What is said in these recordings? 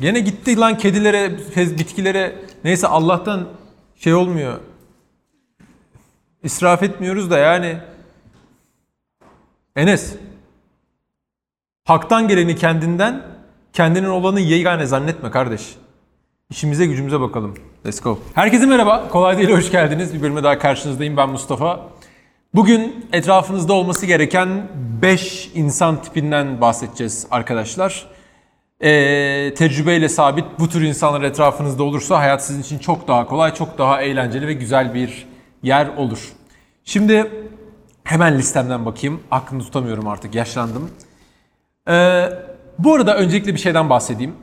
Gene gitti lan kedilere, bitkilere. Neyse Allah'tan şey olmuyor. İsraf etmiyoruz da yani. Enes. Hak'tan geleni kendinden, kendinin olanı yegane zannetme kardeş. İşimize gücümüze bakalım. Let's go. Herkese merhaba. Kolay Değil'e hoş geldiniz. Bir bölüme daha karşınızdayım. Ben Mustafa. Bugün etrafınızda olması gereken 5 insan tipinden bahsedeceğiz arkadaşlar. Tecrübeyle sabit bu tür insanlar etrafınızda olursa hayat sizin için çok daha kolay, çok daha eğlenceli ve güzel bir yer olur. Şimdi hemen listemden bakayım. Aklımı tutamıyorum artık, yaşlandım. Bu arada öncelikle bir şeyden bahsedeyim.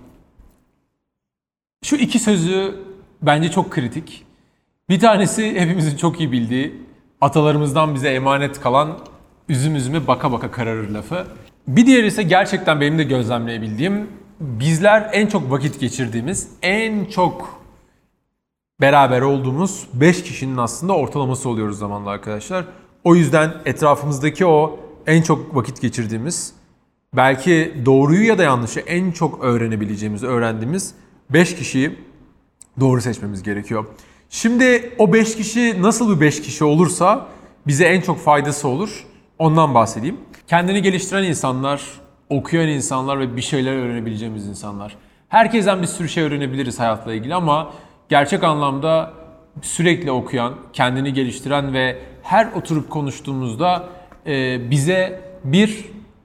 Şu iki sözü bence çok kritik. Bir tanesi hepimizin çok iyi bildiği, atalarımızdan bize emanet kalan üzüm üzüme baka baka kararır lafı. Bir diğeri ise gerçekten benim de gözlemleyebildiğim, bizler en çok vakit geçirdiğimiz, en çok beraber olduğumuz 5 kişinin aslında ortalaması oluyoruz zamanla arkadaşlar. O yüzden etrafımızdaki o en çok vakit geçirdiğimiz, belki doğruyu ya da yanlışı en çok öğrendiğimiz 5 kişiyi doğru seçmemiz gerekiyor. Şimdi o 5 kişi nasıl bir 5 kişi olursa bize en çok faydası olur, ondan bahsedeyim. Kendini geliştiren insanlar, okuyan insanlar ve bir şeyler öğrenebileceğimiz insanlar. Herkesten bir sürü şey öğrenebiliriz hayatla ilgili ama gerçek anlamda sürekli okuyan, kendini geliştiren ve her oturup konuştuğumuzda bize bir,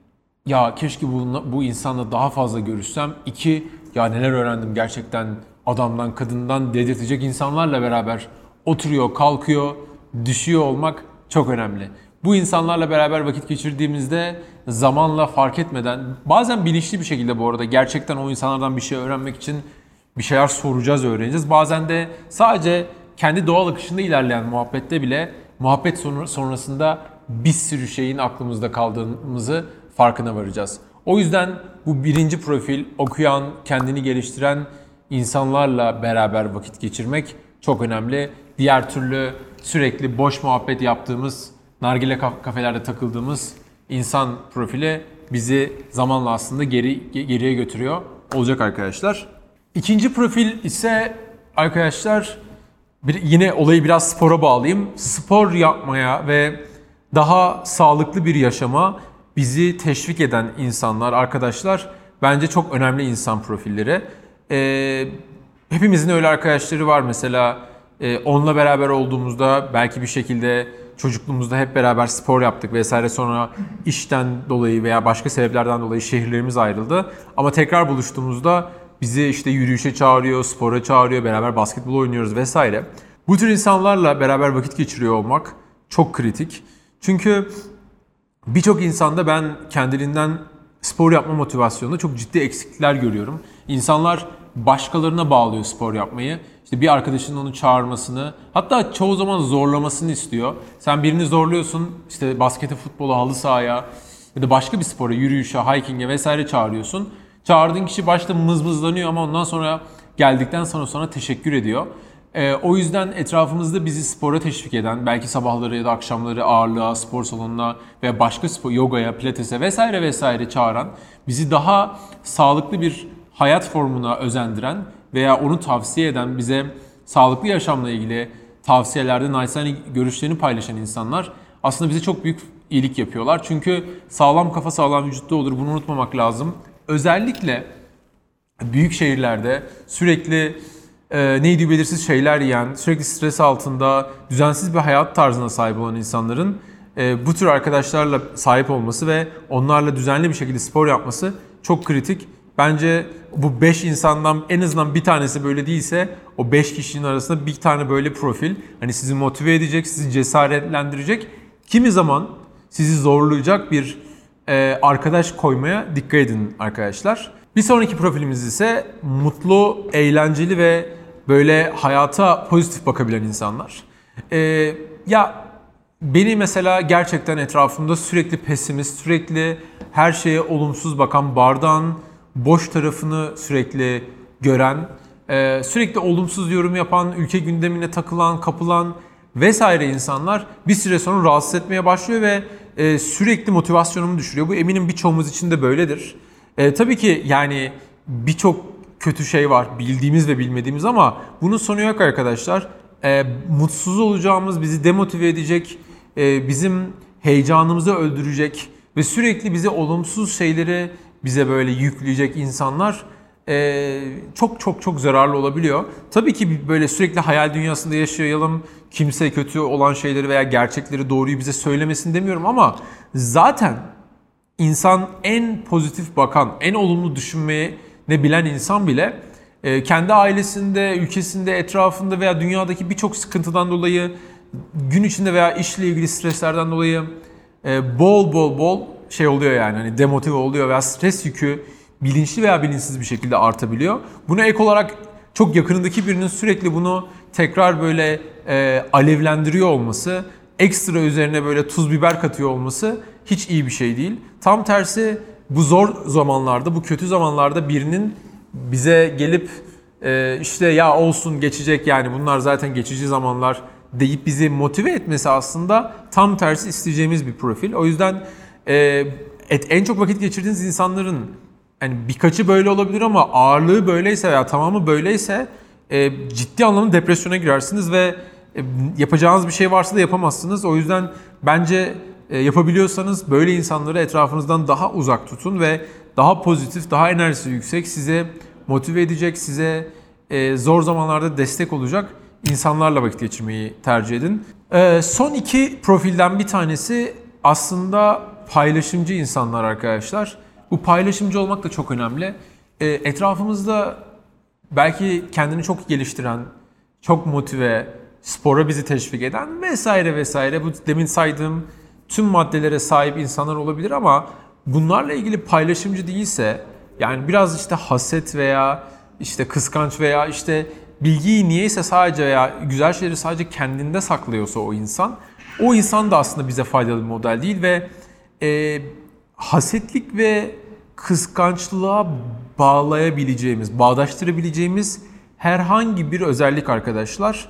ya keşke bu insanla daha fazla görüşsem, 2, ya neler öğrendim gerçekten adamdan kadından dedirtecek insanlarla beraber oturuyor, kalkıyor, düşüyor olmak çok önemli. Bu insanlarla beraber vakit geçirdiğimizde zamanla fark etmeden, bazen bilinçli bir şekilde bu arada gerçekten o insanlardan bir şey öğrenmek için bir şeyler soracağız, öğreneceğiz. Bazen de sadece kendi doğal akışında ilerleyen muhabbette bile muhabbet sonrasında bir sürü şeyin aklımızda kaldığımızı farkına varacağız. O yüzden bu birinci profil, okuyan, kendini geliştiren insanlarla beraber vakit geçirmek çok önemli. Diğer türlü sürekli boş muhabbet yaptığımız, nargile kafelerde takıldığımız insan profili bizi zamanla aslında geriye götürüyor olacak arkadaşlar. İkinci profil ise arkadaşlar, yine olayı biraz spora bağlayayım. Spor yapmaya ve daha sağlıklı bir yaşama bizi teşvik eden insanlar, arkadaşlar bence çok önemli insan profilleri. Hepimizin öyle arkadaşları var mesela. Onunla beraber olduğumuzda belki bir şekilde çocukluğumuzda hep beraber spor yaptık vesaire, sonra işten dolayı veya başka sebeplerden dolayı şehirlerimiz ayrıldı. Ama tekrar buluştuğumuzda bizi işte yürüyüşe çağırıyor, spora çağırıyor, beraber basketbol oynuyoruz vesaire. Bu tür insanlarla beraber vakit geçiriyor olmak çok kritik. Çünkü birçok insanda ben kendiliğinden spor yapma motivasyonunda çok ciddi eksiklikler görüyorum. İnsanlar başkalarına bağlıyor spor yapmayı. İşte bir arkadaşının onu çağırmasını, hatta çoğu zaman zorlamasını istiyor. Sen birini zorluyorsun, işte baskete, futbola, halı sahaya ya da başka bir spora, yürüyüşe, hiking'e vesaire çağırıyorsun. Çağırdığın kişi başta mızmızlanıyor ama ondan sonra geldikten sonra teşekkür ediyor. O yüzden etrafımızda bizi spora teşvik eden, belki sabahları ya da akşamları ağırlığa, spor salonuna veya başka spor, yogaya, pilatese vesaire çağıran, bizi daha sağlıklı bir hayat formuna özendiren veya onu tavsiye eden, bize sağlıklı yaşamla ilgili tavsiyelerde naçizane görüşlerini paylaşan insanlar aslında bize çok büyük iyilik yapıyorlar. Çünkü sağlam kafa sağlam vücutta olur, bunu unutmamak lazım. Özellikle büyük şehirlerde sürekli neydi belirsiz şeyler yiyen, sürekli stres altında, düzensiz bir hayat tarzına sahip olan insanların bu tür arkadaşlarla sahip olması ve onlarla düzenli bir şekilde spor yapması çok kritik. Bence bu 5 insandan en azından bir tanesi böyle değilse, o 5 kişinin arasında bir tane böyle profil, hani sizi motive edecek, sizi cesaretlendirecek, kimi zaman sizi zorlayacak bir arkadaş koymaya dikkat edin arkadaşlar. Bir sonraki profilimiz ise mutlu, eğlenceli ve böyle hayata pozitif bakabilen insanlar. Ya beni mesela gerçekten etrafımda sürekli pesimist, sürekli her şeye olumsuz bakan, bardağın boş tarafını sürekli gören, sürekli olumsuz yorum yapan, ülke gündemine takılan, kapılan vesaire insanlar bir süre sonra rahatsız etmeye başlıyor ve sürekli motivasyonumu düşürüyor. Bu eminim birçoğumuz için de böyledir. Tabii ki yani birçok kötü şey var. Bildiğimiz ve bilmediğimiz ama bunun sonu yok arkadaşlar. Mutsuz olacağımız, bizi demotive edecek, bizim heyecanımızı öldürecek ve sürekli bize olumsuz şeyleri bize böyle yükleyecek insanlar çok çok çok zararlı olabiliyor. Tabii ki böyle sürekli hayal dünyasında yaşayalım. Kimse kötü olan şeyleri veya gerçekleri, doğruyu bize söylemesin demiyorum ama zaten insan en pozitif bakan, en olumlu düşünmeyi ne bilen insan bile kendi ailesinde, ülkesinde, etrafında veya dünyadaki birçok sıkıntıdan dolayı, gün içinde veya işle ilgili streslerden dolayı bol şey oluyor yani, hani demotive oluyor veya stres yükü bilinçli veya bilinçsiz bir şekilde artabiliyor. Buna ek olarak çok yakınındaki birinin sürekli bunu tekrar böyle alevlendiriyor olması, ekstra üzerine böyle tuz biber katıyor olması hiç iyi bir şey değil. Tam tersi, bu zor zamanlarda, bu kötü zamanlarda birinin bize gelip işte ya olsun geçecek, yani bunlar zaten geçici zamanlar deyip bizi motive etmesi aslında tam tersi isteyeceğimiz bir profil. O yüzden en çok vakit geçirdiğiniz insanların yani birkaçı böyle olabilir ama ağırlığı böyleyse veya tamamı böyleyse ciddi anlamda depresyona girersiniz ve yapacağınız bir şey varsa da yapamazsınız. O yüzden bence yapabiliyorsanız böyle insanları etrafınızdan daha uzak tutun ve daha pozitif, daha enerjisi yüksek, size motive edecek, size zor zamanlarda destek olacak insanlarla vakit geçirmeyi tercih edin. Son iki profilden bir tanesi aslında paylaşımcı insanlar arkadaşlar. Bu paylaşımcı olmak da çok önemli. Etrafımızda belki kendini çok geliştiren, çok motive, spora bizi teşvik eden vesaire vesaire, bu demin saydığım tüm maddelere sahip insanlar olabilir ama bunlarla ilgili paylaşımcı değilse, yani biraz işte haset veya işte kıskanç veya işte bilgiyi niyeyse sadece veya güzel şeyleri sadece kendinde saklıyorsa o insan da aslında bize faydalı bir model değil ve hasetlik ve kıskançlığa bağdaştırabileceğimiz herhangi bir özellik arkadaşlar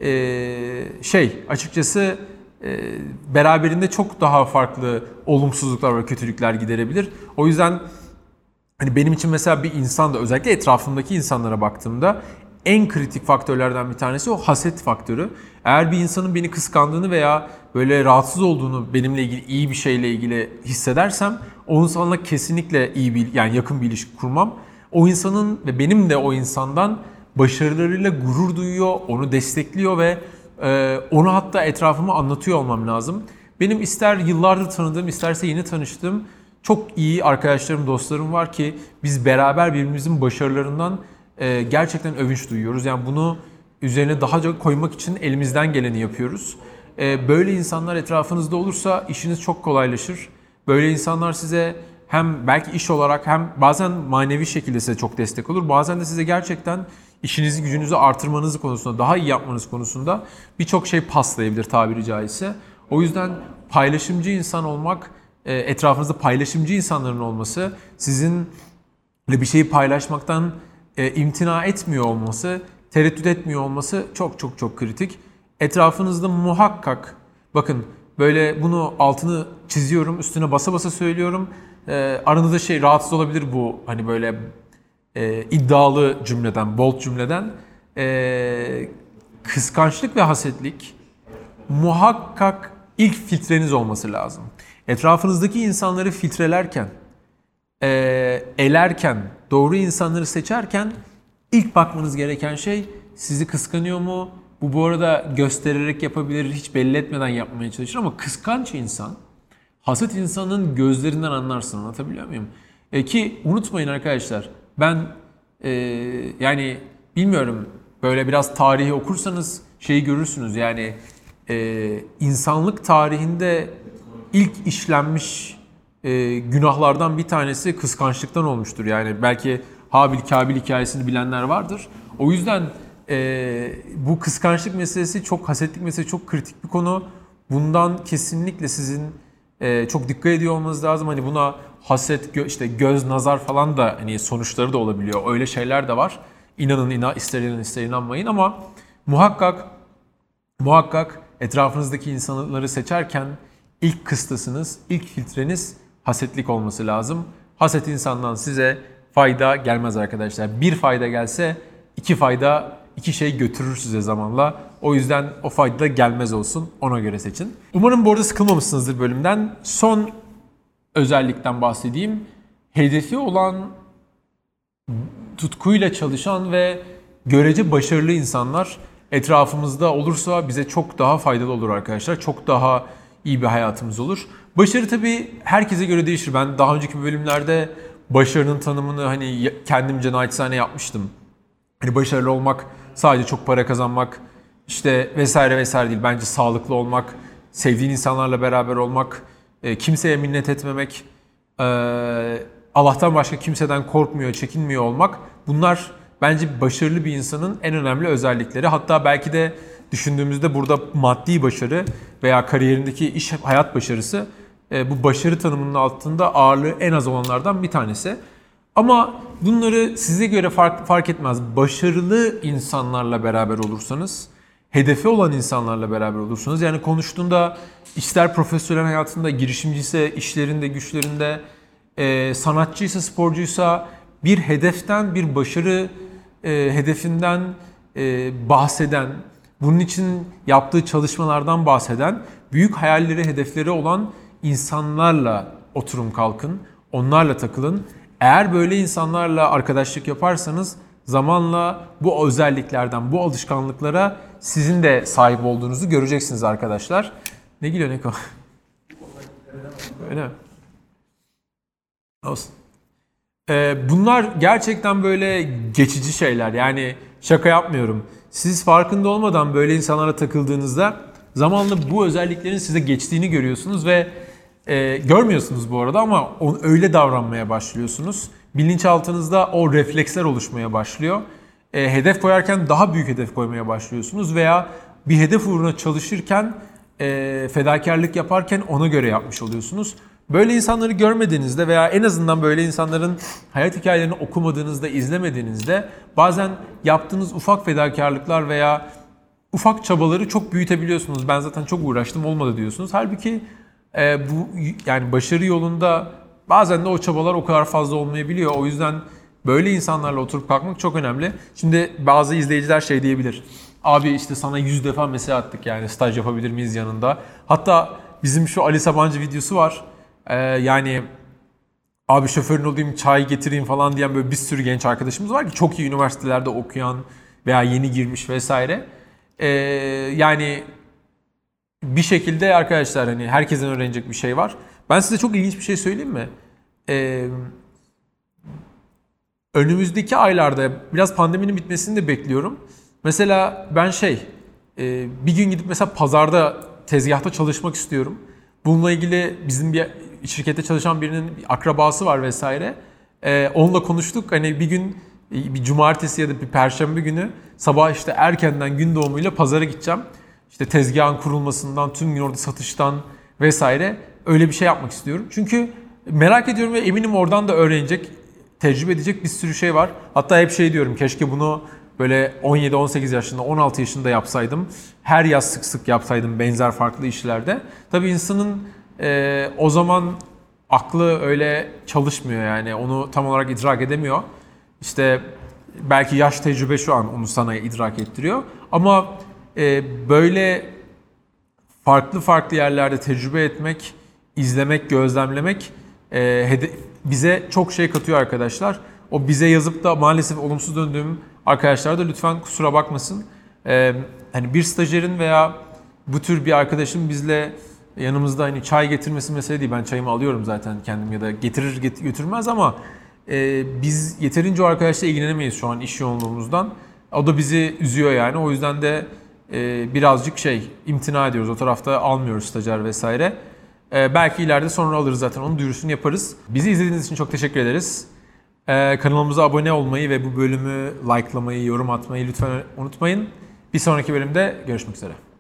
açıkçası beraberinde çok daha farklı olumsuzluklar ve kötülükler giderebilir. O yüzden hani benim için mesela bir insan da, özellikle etrafımdaki insanlara baktığımda en kritik faktörlerden bir tanesi o haset faktörü. Eğer bir insanın beni kıskandığını veya böyle rahatsız olduğunu, benimle ilgili iyi bir şeyle ilgili hissedersem o insanla kesinlikle yani yakın bir ilişki kurmam. O insanın ve benim de o insandan başarılarıyla gurur duyuyor, onu destekliyor ve onu hatta etrafıma anlatıyor olmam lazım. Benim ister yıllardır tanıdığım, isterse yeni tanıştığım çok iyi arkadaşlarım, dostlarım var ki biz beraber birbirimizin başarılarından gerçekten övünç duyuyoruz. Yani bunu üzerine daha çok koymak için elimizden geleni yapıyoruz. Böyle insanlar etrafınızda olursa işiniz çok kolaylaşır. Böyle insanlar size hem belki iş olarak hem bazen manevi şekilde size çok destek olur. Bazen de size gerçekten işinizi, gücünüzü artırmanız konusunda, daha iyi yapmanız konusunda birçok şey paslayabilir tabiri caizse. O yüzden paylaşımcı insan olmak, etrafınızda paylaşımcı insanların olması, sizinle bir şeyi paylaşmaktan imtina etmiyor olması, tereddüt etmiyor olması çok çok çok kritik. Etrafınızda muhakkak, bakın böyle bunu altını çiziyorum, üstüne basa basa söylüyorum. Aranızda rahatsız olabilir bu hani böyle iddialı cümleden, bold cümleden. Kıskançlık ve hasetlik muhakkak ilk filtreniz olması lazım. Etrafınızdaki insanları filtrelerken, elerken, doğru insanları seçerken ilk bakmanız gereken şey sizi kıskanıyor mu? Bu arada göstererek yapabilir, hiç belli etmeden yapmaya çalışır ama kıskanç insan, haset insanın gözlerinden anlarsın, anlatabiliyor muyum? Ki unutmayın arkadaşlar, ben yani bilmiyorum, böyle biraz tarihi okursanız şeyi görürsünüz yani insanlık tarihinde ilk işlenmiş günahlardan bir tanesi kıskançlıktan olmuştur. Yani belki Habil-Kabil hikayesini bilenler vardır. O yüzden bu kıskançlık meselesi, hasetlik meselesi çok kritik bir konu. Bundan kesinlikle sizin çok dikkat ediyor olmanız lazım. Hani buna haset, göz, nazar falan da hani sonuçları da olabiliyor. Öyle şeyler de var. İnanın, ister inanın ister inanmayın ama muhakkak etrafınızdaki insanları seçerken ilk kıstasınız, ilk filtreniz hasetlik olması lazım. Haset insandan size fayda gelmez arkadaşlar. Bir fayda gelse iki fayda, iki şey götürür size zamanla. O yüzden o fayda da gelmez olsun. Ona göre seçin. Umarım bu arada sıkılmamışsınızdır bölümden. Son özellikten bahsedeyim. Hedefi olan, tutkuyla çalışan ve görece başarılı insanlar etrafımızda olursa bize çok daha faydalı olur arkadaşlar. Çok daha iyi bir hayatımız olur. Başarı tabii herkese göre değişir. Ben daha önceki bölümlerde başarının tanımını hani kendimce naçizane yapmıştım. Hani başarılı olmak sadece çok para kazanmak işte vesaire vesaire değil. Bence sağlıklı olmak, sevdiğin insanlarla beraber olmak, kimseye minnet etmemek, Allah'tan başka kimseden korkmuyor, çekinmiyor olmak. Bunlar bence başarılı bir insanın en önemli özellikleri. Hatta belki de düşündüğümüzde burada maddi başarı veya kariyerindeki iş hayat başarısı bu başarı tanımının altında ağırlığı en az olanlardan bir tanesi. Ama bunları size göre fark etmez. Başarılı insanlarla beraber olursanız, hedefi olan insanlarla beraber olursanız, yani konuştuğunda ister profesyonel hayatında, girişimciyse, işlerinde, güçlerinde, sanatçıysa, sporcuysa bir hedeften, bir başarı hedefinden bahseden, bunun için yaptığı çalışmalardan bahseden, büyük hayalleri, hedefleri olan insanlarla oturun kalkın, onlarla takılın. Eğer böyle insanlarla arkadaşlık yaparsanız zamanla bu özelliklerden, bu alışkanlıklara sizin de sahip olduğunuzu göreceksiniz arkadaşlar. Ne gülüyor Neko? Öyle mi? Olsun. Bunlar gerçekten böyle geçici şeyler. Yani şaka yapmıyorum. Siz farkında olmadan böyle insanlara takıldığınızda zamanla bu özelliklerin size geçtiğini görüyorsunuz ve görmüyorsunuz bu arada ama öyle davranmaya başlıyorsunuz. Bilinçaltınızda o refleksler oluşmaya başlıyor. Hedef koyarken daha büyük hedef koymaya başlıyorsunuz veya bir hedef uğruna çalışırken, fedakarlık yaparken ona göre yapmış oluyorsunuz. Böyle insanları görmediğinizde veya en azından böyle insanların hayat hikayelerini okumadığınızda, izlemediğinizde bazen yaptığınız ufak fedakarlıklar veya ufak çabaları çok büyütebiliyorsunuz. Ben zaten çok uğraştım, olmadı diyorsunuz. Halbuki bu yani başarı yolunda bazen de o çabalar o kadar fazla olmayabiliyor. O yüzden böyle insanlarla oturup kalkmak çok önemli. Şimdi bazı izleyiciler şey diyebilir. Abi işte sana 100 defa mesaj attık, yani staj yapabilir miyiz yanında? Hatta bizim şu Ali Sabancı videosu var. Yani abi şoförün olayım, çay getireyim falan diyen böyle bir sürü genç arkadaşımız var ki çok iyi üniversitelerde okuyan veya yeni girmiş vesaire. Yani bir şekilde arkadaşlar hani herkesin öğrenecek bir şey var. Ben size çok ilginç bir şey söyleyeyim mi? Önümüzdeki aylarda biraz pandeminin bitmesini de bekliyorum. Mesela ben bir gün gidip mesela pazarda tezgahta çalışmak istiyorum. Bununla ilgili bizim bir şirkette çalışan birinin bir akrabası var vesaire. Onunla konuştuk. Hani bir gün bir cumartesi ya da bir perşembe günü sabah işte erkenden gün doğumuyla pazara gideceğim. İşte tezgahın kurulmasından, tüm gün orada satıştan vesaire öyle bir şey yapmak istiyorum. Çünkü merak ediyorum ve eminim oradan da öğrenecek, tecrübe edecek bir sürü şey var. Hatta hep şey diyorum, keşke bunu böyle 17-18 yaşında, 16 yaşında yapsaydım. Her yaz sık sık yapsaydım benzer farklı işlerde. Tabii insanın o zaman aklı öyle çalışmıyor, yani onu tam olarak idrak edemiyor. İşte belki yaş, tecrübe şu an onu sana idrak ettiriyor. Ama böyle farklı yerlerde tecrübe etmek, izlemek, gözlemlemek bize çok şey katıyor arkadaşlar. O bize yazıp da maalesef olumsuz döndüğüm arkadaşlar da lütfen kusura bakmasın. Hani bir stajyerin veya bu tür bir arkadaşın bizle yanımızda hani çay getirmesi mesele değil. Ben çayımı alıyorum zaten kendim ya da getirir götürmez ama biz yeterince o arkadaşla ilgilenemeyiz şu an iş yoğunluğumuzdan. O da bizi üzüyor yani. O yüzden de birazcık imtina ediyoruz. O tarafta almıyoruz stajyer vesaire. Belki ileride sonra alırız zaten. Onun duyurusunu yaparız. Bizi izlediğiniz için çok teşekkür ederiz. Kanalımıza abone olmayı ve bu bölümü likelamayı, yorum atmayı lütfen unutmayın. Bir sonraki bölümde görüşmek üzere.